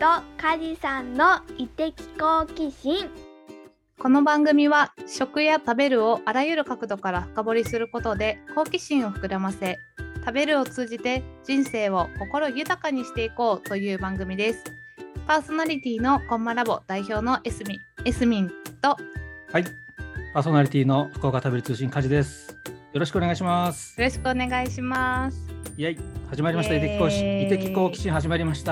カジさんの異的好奇心。 この番組は食や食べるをあらゆる角度から深掘りすることで好奇心を膨らませ、食べるを通じて人生を心豊かにしていこうという番組です。パーソナリティのコンマラボ代表のエスミンと、 はい、パーソナリティの福岡食べる通信カジです。よろしくお願いします。 よろしくお願いします。 イエイ、始まりました。異的好奇心始まりました。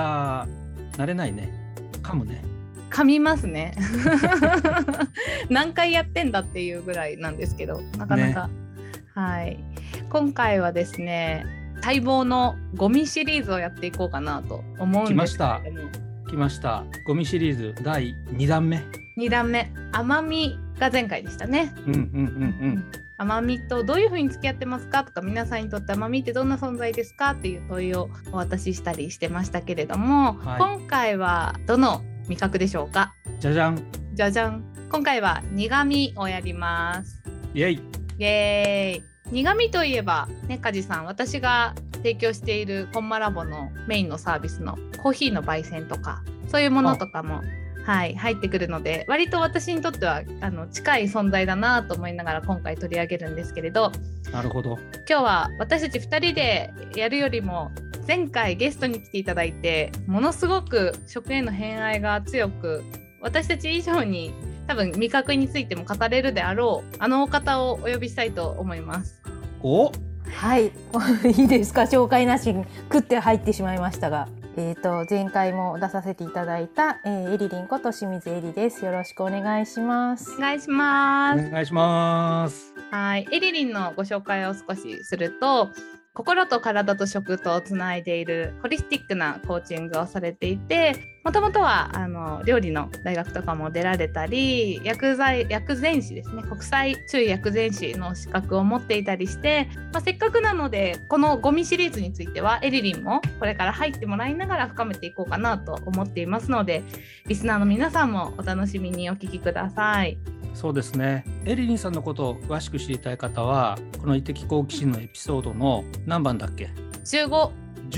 慣れないね。噛むね。 噛みますね何回やってんだっていうぐらいなんですけど、なかなか、はい。今回はですね、待望のゴミシリーズをやっていこうかなと思うんですけれども。 来ました。ゴミシリーズ第2弾目。 2弾目、甘みが前回でしたね。甘みとどういうふうに付き合ってますかとか、皆さんにとって甘みってどんな存在ですかっていう問いをお渡ししたりしてましたけれども、はい、今回はどの味覚でしょうか。 じゃじゃん。 じゃじゃん。今回は苦味をやります。 イエイ。 イエーイ。苦味といえばね、カジさん、私が提供しているコンマラボのメインのサービスのコーヒーの焙煎とか、そういうものとかもはい、入ってくるので、割と私にとっては近い存在だなと思いながら今回取り上げるんですけれど。 なるほど。 今日は私たち2人でやるよりも、前回ゲストに来ていただいて、ものすごく食への偏愛が強く、私たち以上に多分味覚についても語れるであろうあのお方をお呼びしたいと思います。 お、 はいいいですか。紹介なしに食って入ってしまいましたが、前回も出させていただいた、エリリンこと清水エリです。よろしくお願いします。 お願いします。 お願いします。 はい、エリリンのご紹介を少しすると、心と体と食とをつないでいるホリスティックなコーチングをされていて、もともとは料理の大学とかも出られたり、薬膳師ですね、国際中医薬膳師の資格を持っていたりして、せっかくなのでこのゴミシリーズについてはエリリンもこれから入ってもらいながら深めていこうかなと思っていますので、リスナーの皆さんもお楽しみにお聞きください。 そうですね、エリリンさんのことを詳しく知りたい方は、この異的好奇心のエピソードの何番だっけ。 15、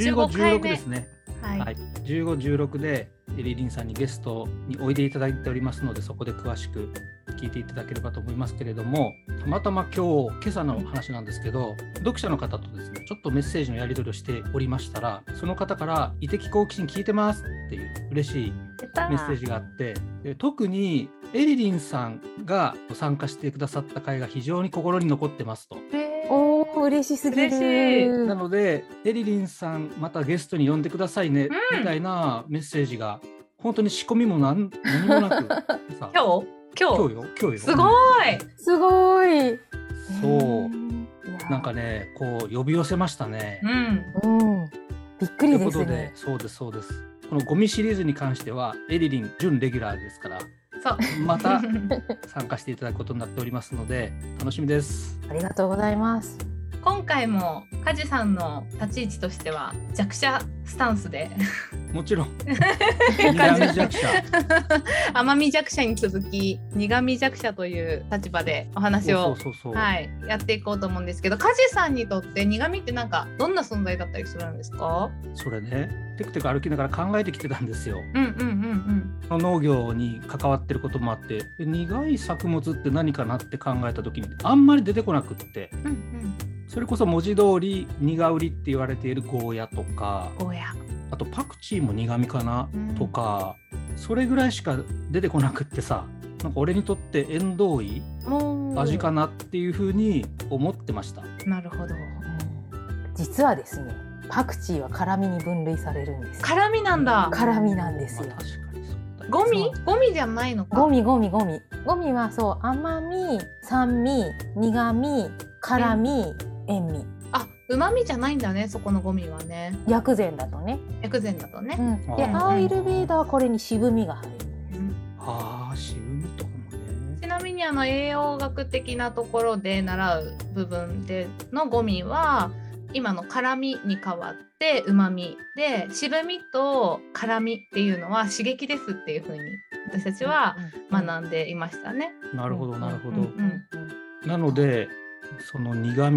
16ですね。 はいはい、15、16でエリリンさんにゲストにおいでいただいておりますので、そこで詳しく聞いていただければと思いますけれども、たまたま今朝の話なんですけど、読者の方とですね、ちょっとメッセージのやり取りをしておりましたら、その方から異的好奇心聞いてますっていう嬉しいメッセージがあって、で特にエリリンさんが参加してくださった回が非常に心に残ってますと。 おー、嬉しすぎる。 なのでエリリンさんまたゲストに呼んでくださいね、みたいなメッセージが本当に仕込みも何もなくさ今日よすごい、 すごい。 そうなんかね、こう呼び寄せましたね。 びっくりですね。 ということで、そうです。このゴミシリーズに関してはエリリン準レギュラーですから、また参加していただくことになっておりますので楽しみです。 ありがとうございます。 今回もカジさんの立ち位置としては弱者スタンスでもちろん苦味弱者甘み弱者に続き苦味弱者という立場でお話をはい、やっていこうと思うんですけど、カジさんにとって苦味ってなんかどんな存在だったりするんですか。 それね、テクテク歩きながら考えてきてたんですよ。農業に関わってることもあって、苦い作物って何かなって考えた時にあんまり出てこなくって、それこそ文字通り苦売りって言われているゴーヤとか、あとパクチーも苦味かな、とか、それぐらいしか出てこなくってさ、なんか俺にとって縁遠い味かなっていう風に思ってました。 なるほど。 実はですね、パクチーは辛味に分類されるんです。 辛味なんだ。 辛味なんですよ。 確かにそうだ。 ゴミじゃないのか。 ゴミはそう、甘み、酸味、苦味、辛味、塩味。 旨味じゃないんだね、そこのゴミはね。 薬膳だとね。 で、 アイルベーダーはこれに渋みが入る。 渋みとかもね。 ちなみに栄養学的なところで習う部分でのゴミは、今の辛みに変わって旨味で、渋みと辛みっていうのは刺激ですっていう風に私たちは学んでいましたね。 なるほど。なのでその苦味、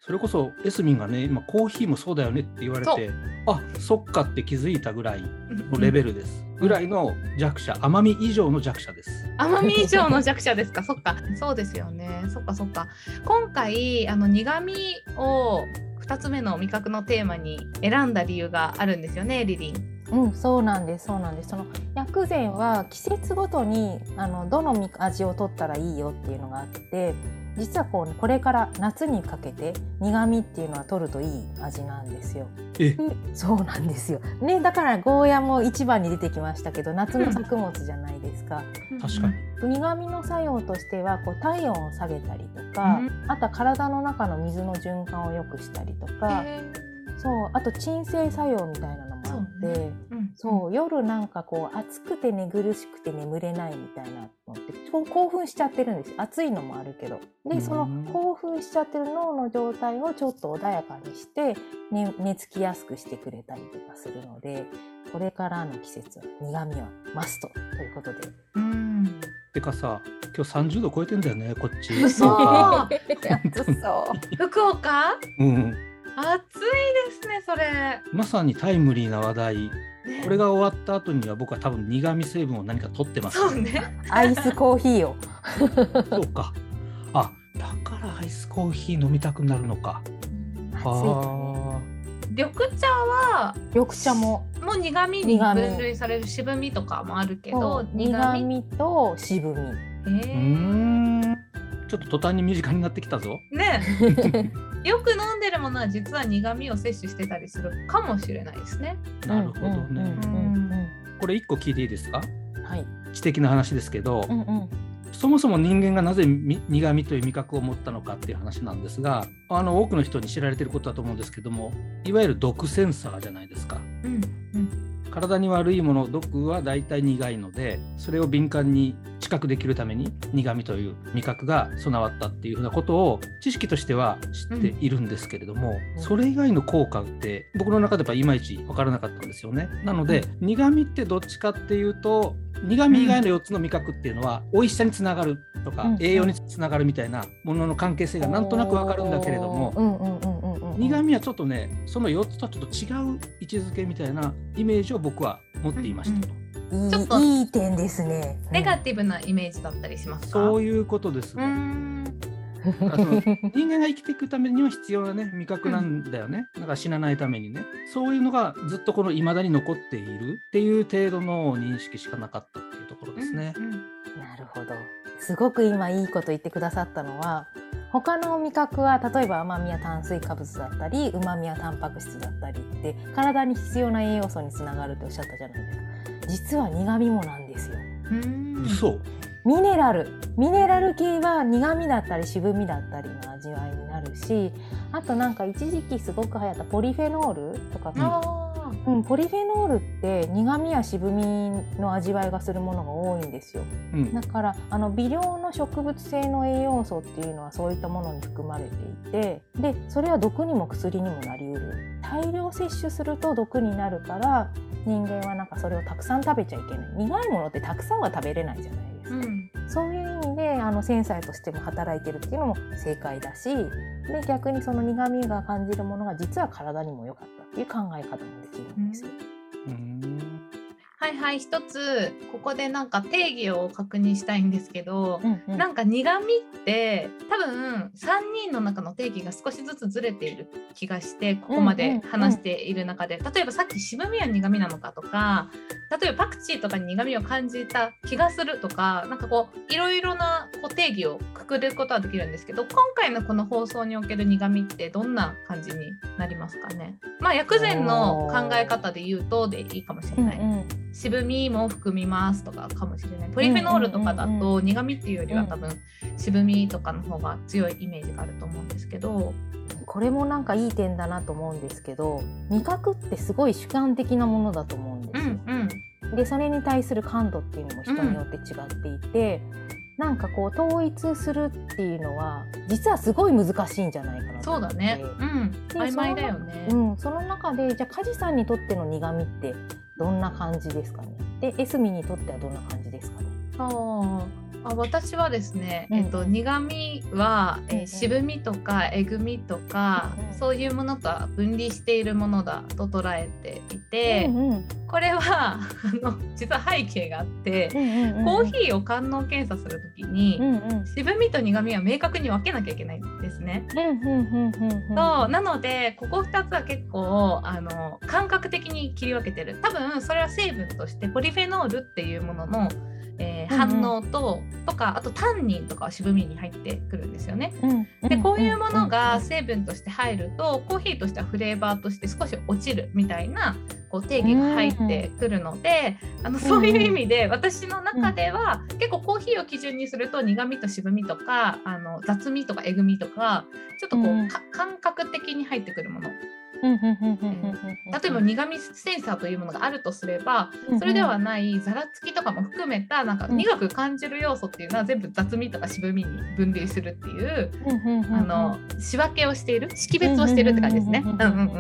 それこそエスミンがね今コーヒーもそうだよねって言われて、そっかって気づいたぐらいのレベルです、ぐらいの弱者、甘み以上の弱者です。 甘み以上の弱者ですか。そっか、そうですよね。そっか。今回苦味を2つ目の味覚のテーマに選んだ理由があるんですよね、リリン。 そうなんです。その薬膳は季節ごとにどの味を取ったらいいよっていうのがあって、実はこれから夏にかけて苦味っていうのは取るといい味なんですよ。そうなんですよ、ね、だからゴーヤも一番に出てきましたけど、夏の作物じゃないですか。 確かに苦味の作用としては体温を下げたりとか、あとは体の中の水の循環を良くしたりとか、あと鎮静作用みたいなのもあって、夜なんか暑くて寝苦しくて眠れないみたいなのって興奮しちゃってるんですよ。暑いのもあるけど。でその興奮しちゃってる脳の状態をちょっと穏やかにして、寝つきやすくしてくれたりとかするので、これからの季節は苦味はマストということで。 てかさ、今日30度超えてんだよね、こっち。 嘘そう福岡、暑いですね、それ。 まさにタイムリーな話題、これが終わった後には僕は多分苦味成分を何か取ってます、 そうね。 アイスコーヒーをそうか、だからアイスコーヒー飲みたくなるのか。 緑茶も苦味に分類される。渋みとかもあるけど、 苦味と渋み。 ちょっと途端に身近になってきたぞ。 ねよく飲んでるものは実は苦味を摂取してたりするかもしれないですね。 なるほどね。これ1個聞いていいですか？ はい。 知的な話ですけど、そもそも人間がなぜ苦味という味覚を持ったのかっていう話なんですが、多くの人に知られていることだと思うんですけども、いわゆる毒センサーじゃないですか。体に悪いもの、毒はだいたい苦いので、それを敏感に知覚できるために苦味という味覚が備わったっていうふうなことを知識としては知っているんですけれども、それ以外の効果って僕の中ではいまいち分からなかったんですよね。なので、苦味ってどっちかっていうと、苦味以外の4つの味覚っていうのは美味しさにつながるとか、栄養につながるみたいなものの関係性がなんとなく分かるんだけれども、苦味はちょっとね、その4つとちょっと違う位置づけみたいなイメージを僕は持っていましたと。 ちょっといい点ですね。 ネガティブなイメージだったりしますか？ そういうことですね。人間が生きていくためには必要なね、味覚なんだよね。だから死なないためにね。そういうのがずっとこの未だに残っているっていう程度の認識しかなかったっていうところですね。 なるほど。すごく今いいこと言ってくださったのは、他の味覚は例えば甘みや炭水化物だったり、旨味やタンパク質だったりって体に必要な栄養素につながるとおっしゃったじゃないですか。実は苦味もなんですよ。 嘘。 ミネラル系は苦味だったり渋みだったりの味わいになるし、あとなんか一時期すごく流行ったポリフェノールとか、ポリフェノールって苦味や渋みの味わいがするものが多いんですよ。だから微量の植物性の栄養素っていうのはそういったものに含まれていて、でそれは毒にも薬にもなりうる。大量摂取すると毒になるから、人間はなんかそれをたくさん食べちゃいけない。苦いものってたくさんは食べれないじゃないですか。そういう意味で繊細としても働いてるっていうのも正解だし、で逆にその苦味が感じるものが実は体にも良かったっていう考え方もできるんですよ。 はい、一つここでなんか定義を確認したいんですけど、なんか苦味って多分3人の中の定義が少しずつずれている気がして、ここまで話している中で、例えばさっき渋みは苦味なのかとか、例えばパクチーとかに苦味を感じた気がするとか、なんかこういろいろな定義をくくることはできるんですけど、今回のこの放送における苦味ってどんな感じになりますかね。薬膳の考え方で言うとでいいかもしれない。渋みも含みますとかかもしれない。ポリフェノールとかだと苦味っていうよりは多分渋みとかの方が強いイメージがあると思うんですけど、 これもなんかいい点だなと思うんですけど、味覚ってすごい主観的なものだと思うんですよ。でそれに対する感度っていうのも人によって違っていて、なんかこう統一するっていうのは実はすごい難しいんじゃないかなと思って。 そうだね。曖昧だよね。 その中でじゃあ梶さんにとっての苦味ってどんな感じですかね。でエスミにとってはどんな感じですかね。 私はですね、苦味は、渋みとかえぐみとか、そういうものとは分離しているものだと捉えていて、これは実は背景があって、コーヒーを官能検査するときに、渋みと苦味は明確に分けなきゃいけないんですね。そうなのでここ2つは結構感覚的に切り分けてる。多分それは成分としてポリフェノールっていうものの反応とか、あとタンニンとかは渋みに入ってくるんですよね。でこういうものが成分として入るとコーヒーとしてはフレーバーとして少し落ちるみたいな定義が入ってくるので、そういう意味で私の中では結構コーヒーを基準にすると苦味と渋みとか雑味とかえぐみとかちょっと感覚的に入ってくるもの、例えば苦味センサーというものがあるとすれば、それではないざらつきとかも含めたなんか苦く感じる要素っていうのは全部雑味とか渋みに分類するっていう仕分けをしている、識別をしているって感じですね。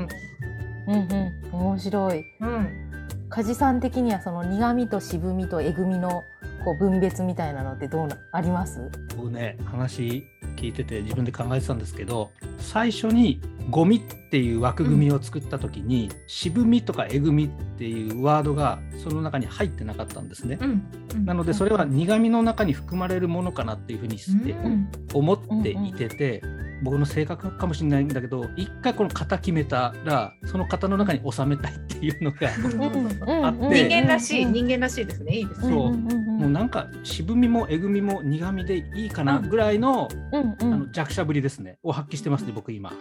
面白い。梶さん的にはその苦味と渋みとえぐみの分別みたいなのってあります？ 僕ね、話聞いてて自分で考えてたんですけど、最初にゴミっていう枠組みを作った時に、渋みとかえぐみっていうワードがその中に入ってなかったんですね。なのでそれは苦味の中に含まれるものかなっていうふうに思っていて、僕の性格かもしれないんだけど、一回この型決めたらその型の中に収めたいっていうのがあって、 人間らしいですね。いいですね。 そう、もうなんか渋みもえぐみも苦みでいいかなぐらいの弱者ぶりですねを発揮してますね、僕今。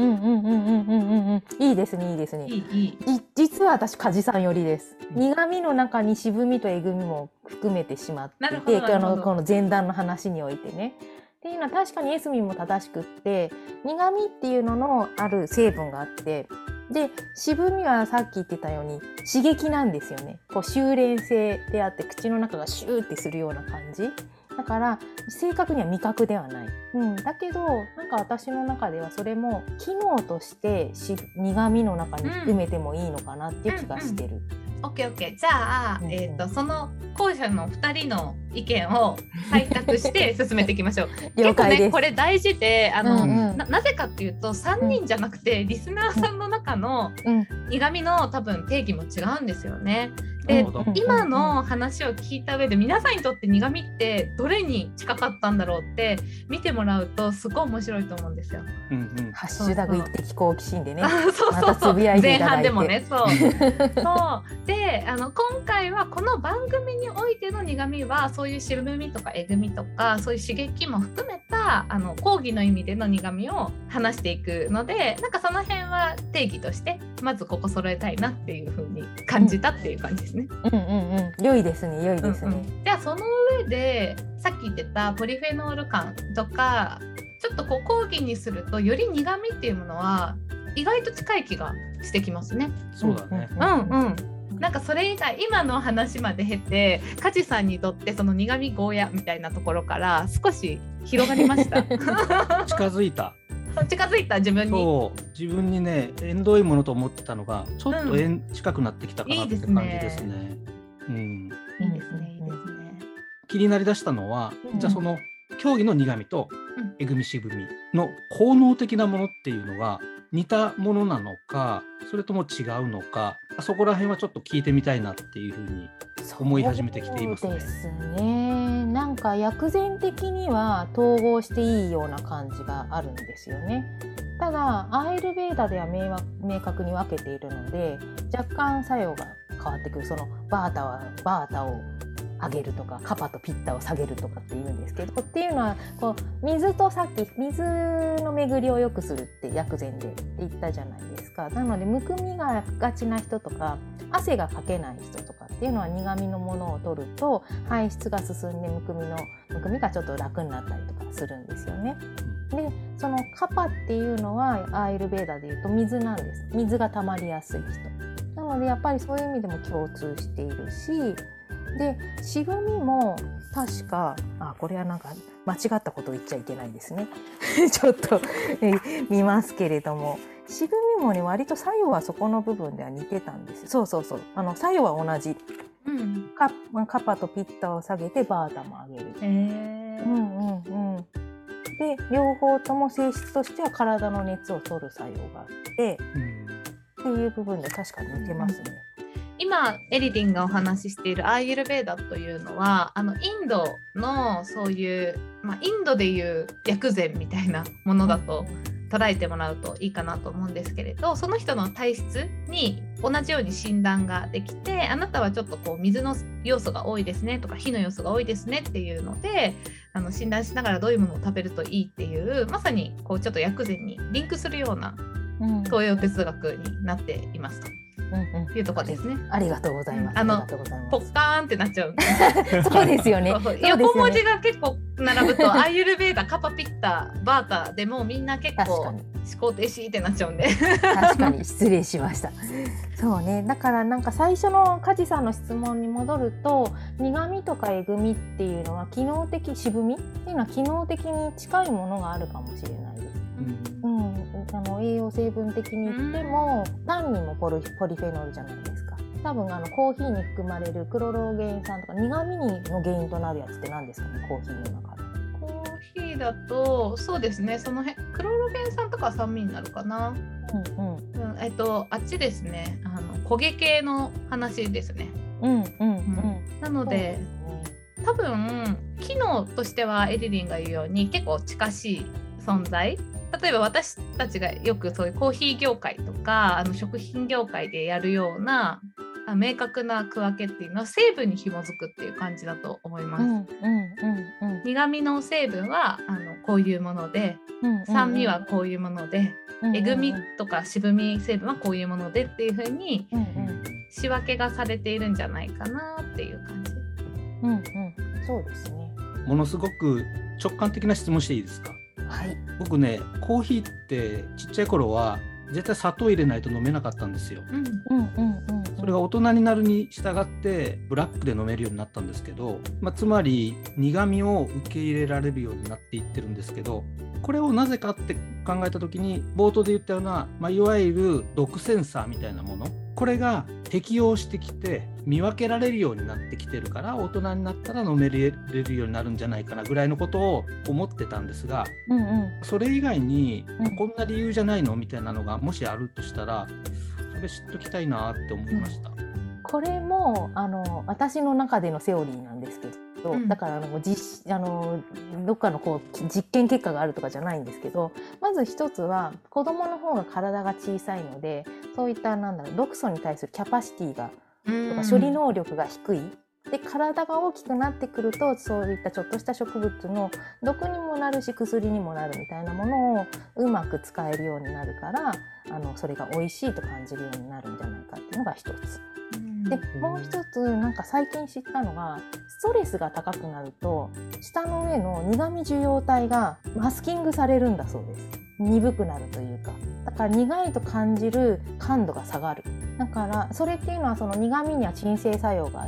いいですね、いいですね。実は私梶さん寄りです。苦みの中に渋みとえぐみも含めてしまっていて、この前段の話においてね。っていうのは確かにエスミンも正しくって、苦みっていうののある成分があって、で渋みはさっき言ってたように刺激なんですよね。修練性であって口の中がシューってするような感じだから、正確には味覚ではない、だけどなんか私の中ではそれも機能として苦みの中に含めてもいいのかなっていう気がしてる。 OK。じゃあ、その後者の2人の意見を採択して進めていきましょう。結構ねこれ大事でなぜかっていうと3人じゃなくてリスナーさんの中の苦味の多分定義も違うんですよね。で今の話を聞いた上で皆さんにとって苦味ってどれに近かったんだろうって見てもらうとすごい面白いと思うんですよ。 ハッシュタグ一滴好奇心でね、 そうまたつぶやいていただいて、 前半でもね、そうで今回はこの番組においての苦味はそういう渋みとかえぐみとかそういう刺激も含めた講義の意味での苦味を話していくので、なんかその辺は定義としてまずここ揃えたいなっていう風に感じたっていう感じですね。 良いですね、良いですね。 じゃあその上でさっき言ってたポリフェノール感とかちょっと講義にするとより苦味っていうものは意外と近い気がしてきますね。 そうだね。 なんかそれ以外今の話まで経て梶さんにとってその苦味ゴーヤみたいなところから少し広がりました近づいた自分に。 そう自分にね縁遠いものと思ってたのがちょっと近くなってきたかなって感じですね。 いいですね。 気になりだしたのは、じゃあその競技の苦味とえぐみ渋みの効能的なものっていうのが似たものなのかそれとも違うのか、そこら辺はちょっと聞いてみたいなっていうふうに思い始めてきていますね。 そうですね。なんか薬膳的には統合していいような感じがあるんですよね。ただアーユルヴェーダでは明確に分けているので若干作用が変わってくる。そのバータを上げるとかカパとピッタを下げるとかっていうんですけど、っていうのは水とさっき水の巡りを良くするって薬膳で言ったじゃないですか。なのでむくみががちな人とか汗がかけない人とかっていうのは苦味のものを取ると排出が進んでむくみがちょっと楽になったりとかするんですよね。でそのカパっていうのはアーユルヴェーダでいうと水なんです。水が溜まりやすい人なのでやっぱりそういう意味でも共通しているし、で渋みも確かこれはなんか間違ったことを言っちゃいけないですねちょっと見ますけれども、渋みもね割と作用はそこの部分では似てたんです。そう作用は同じカパとピッタを下げてバータも上げる。で両方とも性質としては体の熱を取る作用があって、っていう部分で確かに似てますね。 今エリリンがお話ししているアーユルヴェーダというのはインドのそういう、インドでいう薬膳みたいなものだと捉えてもらうといいかなと思うんですけれど、その人の体質に同じように診断ができて、あなたはちょっとこう水の要素が多いですねとか火の要素が多いですねっていうので診断しながらどういうものを食べるといいっていう、まさにこうちょっと薬膳にリンクするような東洋哲学になっていますというところですね。 ありがとうございます。 ポッカーンってなっちゃう。 そうですよね。 横文字が結構並ぶとアーユルヴェーダ、カパピッタ、バータでもみんな結構思考停止ってなっちゃうんで。 確かに失礼しました。そうね。だからなんか最初の梶さんの質問に戻ると、苦味とかえぐみっていうのは機能的、渋みっていうのは機能的に近いものがあるかもしれないです。栄養成分的に言っても、タンニンもポリフェノールじゃないですか。多分コーヒーに含まれるクロロゲン酸とか苦味の原因となるやつって何ですかね、コーヒーの中で。 コーヒーだとそうですね、その辺クロロゲン酸とかは酸味になるかな。あっちですね、焦げ系の話ですね。なので、多分機能としてはエリリンが言うように結構近しい存在。例えば私たちがよくそういうコーヒー業界とか食品業界でやるような明確な区分けっていうのは成分に紐づくっていう感じだと思います。苦味の成分はこういうもので、酸味はこういうもので、えぐみとか渋み成分はこういうものでっていう風に仕分けがされているんじゃないかなっていう感じ。 そうですね。 ものすごく直感的な質問していいですか？ はい、 僕ね、コーヒーってちっちゃい頃は絶対砂糖入れないと飲めなかったんですよ。それが大人になるに従ってブラックで飲めるようになったんですけど、つまり苦味を受け入れられるようになっていってるんですけど、これをなぜかって考えた時に冒頭で言ったような、いわゆる毒センサーみたいなもの、これが適応してきて見分けられるようになってきてるから、大人になったら飲めれるようになるんじゃないかなぐらいのことを思ってたんですが、それ以外にこんな理由じゃないのみたいなのがもしあるとしたら、それ知っときたいなって思いました。 これも私の中でのセオリーなんですけど、だからどっかの実験結果があるとかじゃないんですけど、まず一つは子どもの方が体が小さいので、そういった毒素に対するキャパシティがとか処理能力が低い。で体が大きくなってくると、そういったちょっとした植物の毒にもなるし薬にもなるみたいなものをうまく使えるようになるから、それが美味しいと感じるようになるんじゃないかっていうのが一つ。でもう一つ最近知ったのが、ストレスが高くなると舌の上の苦味受容体がマスキングされるんだそうです。鈍くなるというか、だから苦いと感じる感度が下がる。だからそれっていうのは、その苦味には鎮静作用があって、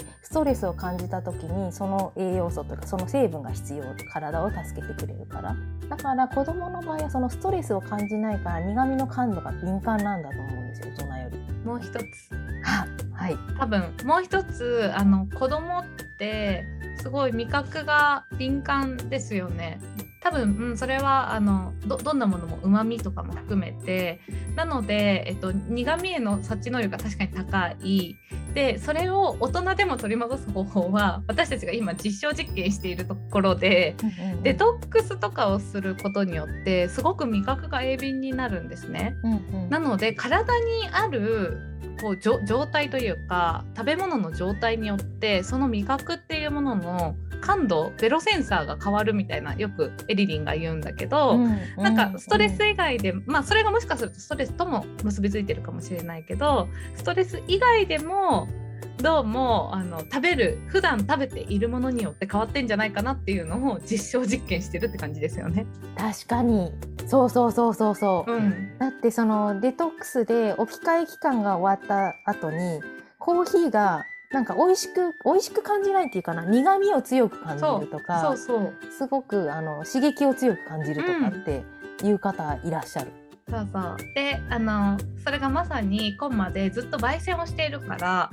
ストレスを感じた時にその栄養素とかその成分が必要、体を助けてくれるから。だから子どもの場合はそのストレスを感じないから、苦味の感度が敏感なんだと思うんですよ、大人より。 もう一つ、 はい、 多分もう一つ子供ってすごい味覚が敏感ですよね。多分、それはどんなものも旨味とかも含めてなので、苦味への察知能力が確かに高い。でそれを大人でも取り戻す方法は、私たちが今実証実験しているところで、デトックスとかをすることによってすごく味覚が鋭敏になるんですね。なので体にある状態というか、食べ物の状態によってその味覚っていうものの感度、ゼロセンサーが変わるみたいな、よくエリリンが言うんだけど、なんかストレス以外で、それがもしかするとストレスとも結びついてるかもしれないけど、ストレス以外でもどうも普段食べているものによって変わってんじゃないかなっていうのを実証実験してるって感じですよね。 確かにそう、だってそのデトックスで置き換え期間が終わった後にコーヒーがなんか美味しく感じないっていうかな、苦味を強く感じるとか、すごく刺激を強く感じるとかっていう方いらっしゃる。でそれがまさにコンマでずっと焙煎をしているから、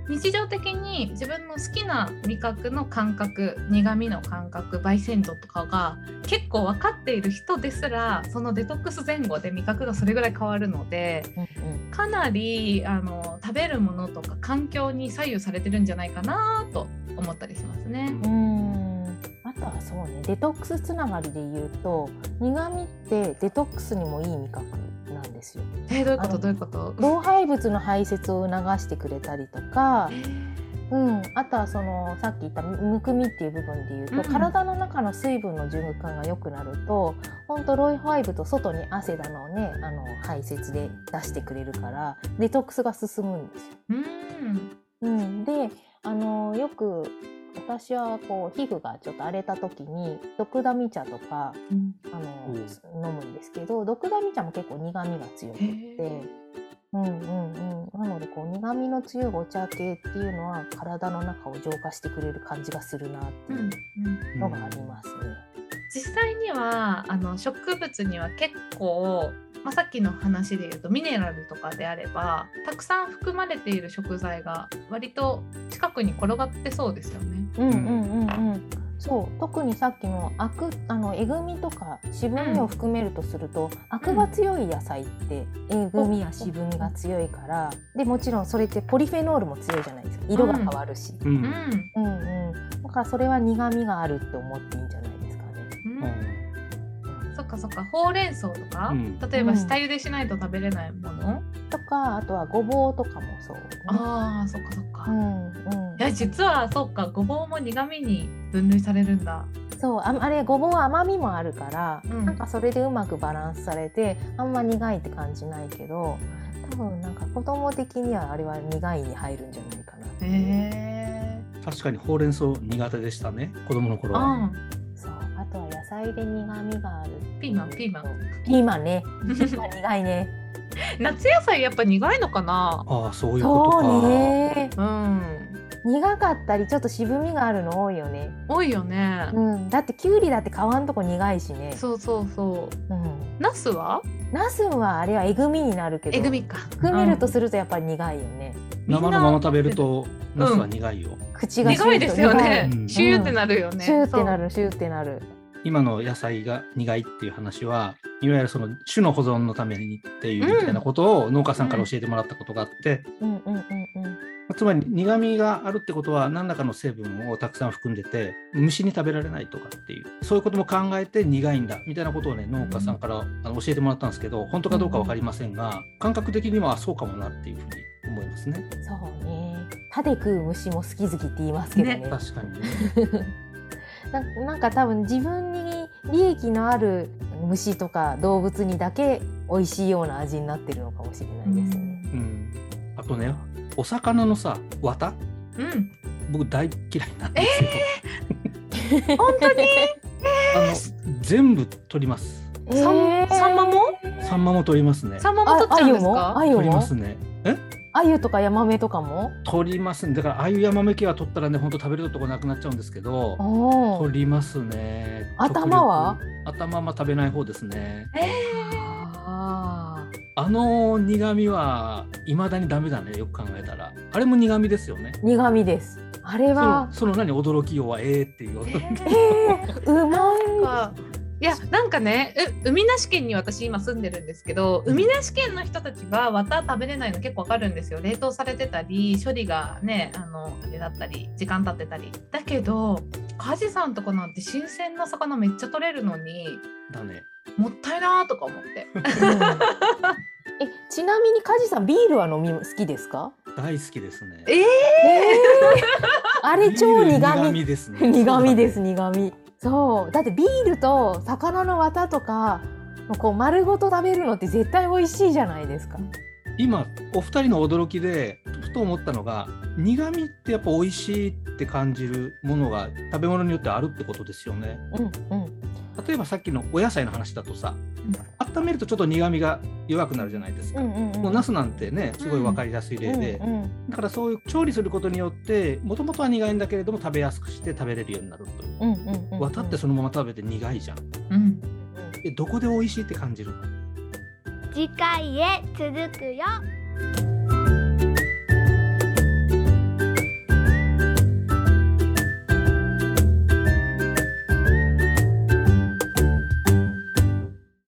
日常的に自分の好きな味覚の感覚、苦味の感覚、焙煎度とかが結構分かっている人ですら、そのデトックス前後で味覚がそれぐらい変わるので、かなり食べるものとか環境に左右されてるんじゃないかなと思ったりしますね。 あとはそうね、デトックスつながりで言うと、苦味ってデトックスにもいい味覚なんですよ。 どういうこと老廃物の排泄を促してくれたりとか、あとはさっき言ったむくみっていう部分で言うと、体の中の水分の循環が良くなると、本当老廃物を外に汗だのね、排泄で出してくれるからデトックスが進むんですよ。でよく私は皮膚がちょっと荒れた時にドクダミ茶とか、飲むんですけど、ドクダミ茶も結構苦味が強くってなので苦味の強いお茶系っていうのは体の中を浄化してくれる感じがするなっていうのがありますね。 実際には植物には結構、さっきの話で言うとミネラルとかであればたくさん含まれている食材が割と近くに転がってそうですよね。そう、特にさっきのえぐみとか渋みを含めるとすると、アクが強い野菜ってえぐみや渋みが強いから、でもちろんそれってポリフェノールも強いじゃないですか。色が変わるし、だからそれは苦みがあるって思っていいんじゃないですかね。 そっか、ほうれん草とか、例えば下茹でしないと食べれないもの、 とか、あとはごぼうとかもそう、ね、 そっか、いや実はそっか、ごぼうも苦味に分類されるんだ。 そう、あれごぼうは甘みもあるから、なんかそれでうまくバランスされてあんま苦いって感じないけど、多分なんか子供的にはあれは苦いに入るんじゃないかな。 確かにほうれん草苦手でしたね、子供の頃は。 あとは野菜で苦味がある。 ピーマンね。 ピーマン苦いね。 夏野菜やっぱ苦いのかな。 そういうことか。 そうね。苦かったりちょっと渋みがあるの多いよね。だってきゅうりだって皮のとこ苦いしね。 そう。ナスはあれはえぐみになるけど。えぐみか。含めるとするとやっぱり苦いよね。 生のまま食べるとナスは苦いよ。 口が苦いですよね。シューってなるよね。 シューってなる。 今の野菜が苦いっていう話は、いわゆるその種の保存のためにっていうみたいなことを農家さんから教えてもらったことがあって、つまり苦味があるってことは何らかの成分をたくさん含んでて虫に食べられないとかっていう、そういうことも考えて苦いんだみたいなことをね、農家さんから教えてもらったんですけど、本当かどうか分かりませんが、感覚的にはそうかもなっていうふうに思いますね。 そうね。歯で食う虫も好き好きって言いますけどね。 確かにね。 なんか多分自分に利益のある虫とか動物にだけ美味しいような味になってるのかもしれないですね。 あとね、お魚のさ、綿、僕大嫌いなんですよ。 本当に全部取ります。 サンマも？ サンマも取りますね。 サンマも取っちゃうんですか？ 取りますね。 鮎とかヤマメとかも取りますね。だから鮎ヤマメ系は取ったらね、本当食べれるとこなくなっちゃうんですけど、取りますね。 頭は食べない方ですね。苦味は未だにダメだね、よく考えたら。あれも苦味ですよね。 苦味です。あれはその驚きようはっていう。 うまい。 いやなんかね、海なし県に私今住んでるんですけど、海なし県の人たちは綿食べれないの結構わかるんですよ。冷凍されてたり処理がねあれだったり時間経ってたりだけど、梶さんとかなんて新鮮な魚めっちゃ取れるのにだね、 もったいなとか思ってちなみに梶さんビールは飲み好きですか？ 大好きですね。 あれ超苦味ですね。 苦味です。そうだってビールと魚の綿とかこう丸ごと食べるのって絶対美味しいじゃないですか。 今お二人の驚きでふと思ったのが、苦味ってやっぱ美味しいって感じるものが食べ物によってあるってことですよね。例えばさっきのお野菜の話だとさ、温めるとちょっと苦味が弱くなるじゃないですか。もうナスなんてねすごい分かりやすい例で、だからそういう調理することによってもともとは苦いんだけれども食べやすくして食べれるようになるという。綿ってそのまま食べて苦いじゃん。どこで美味しいって感じるの？ 次回へ続くよ。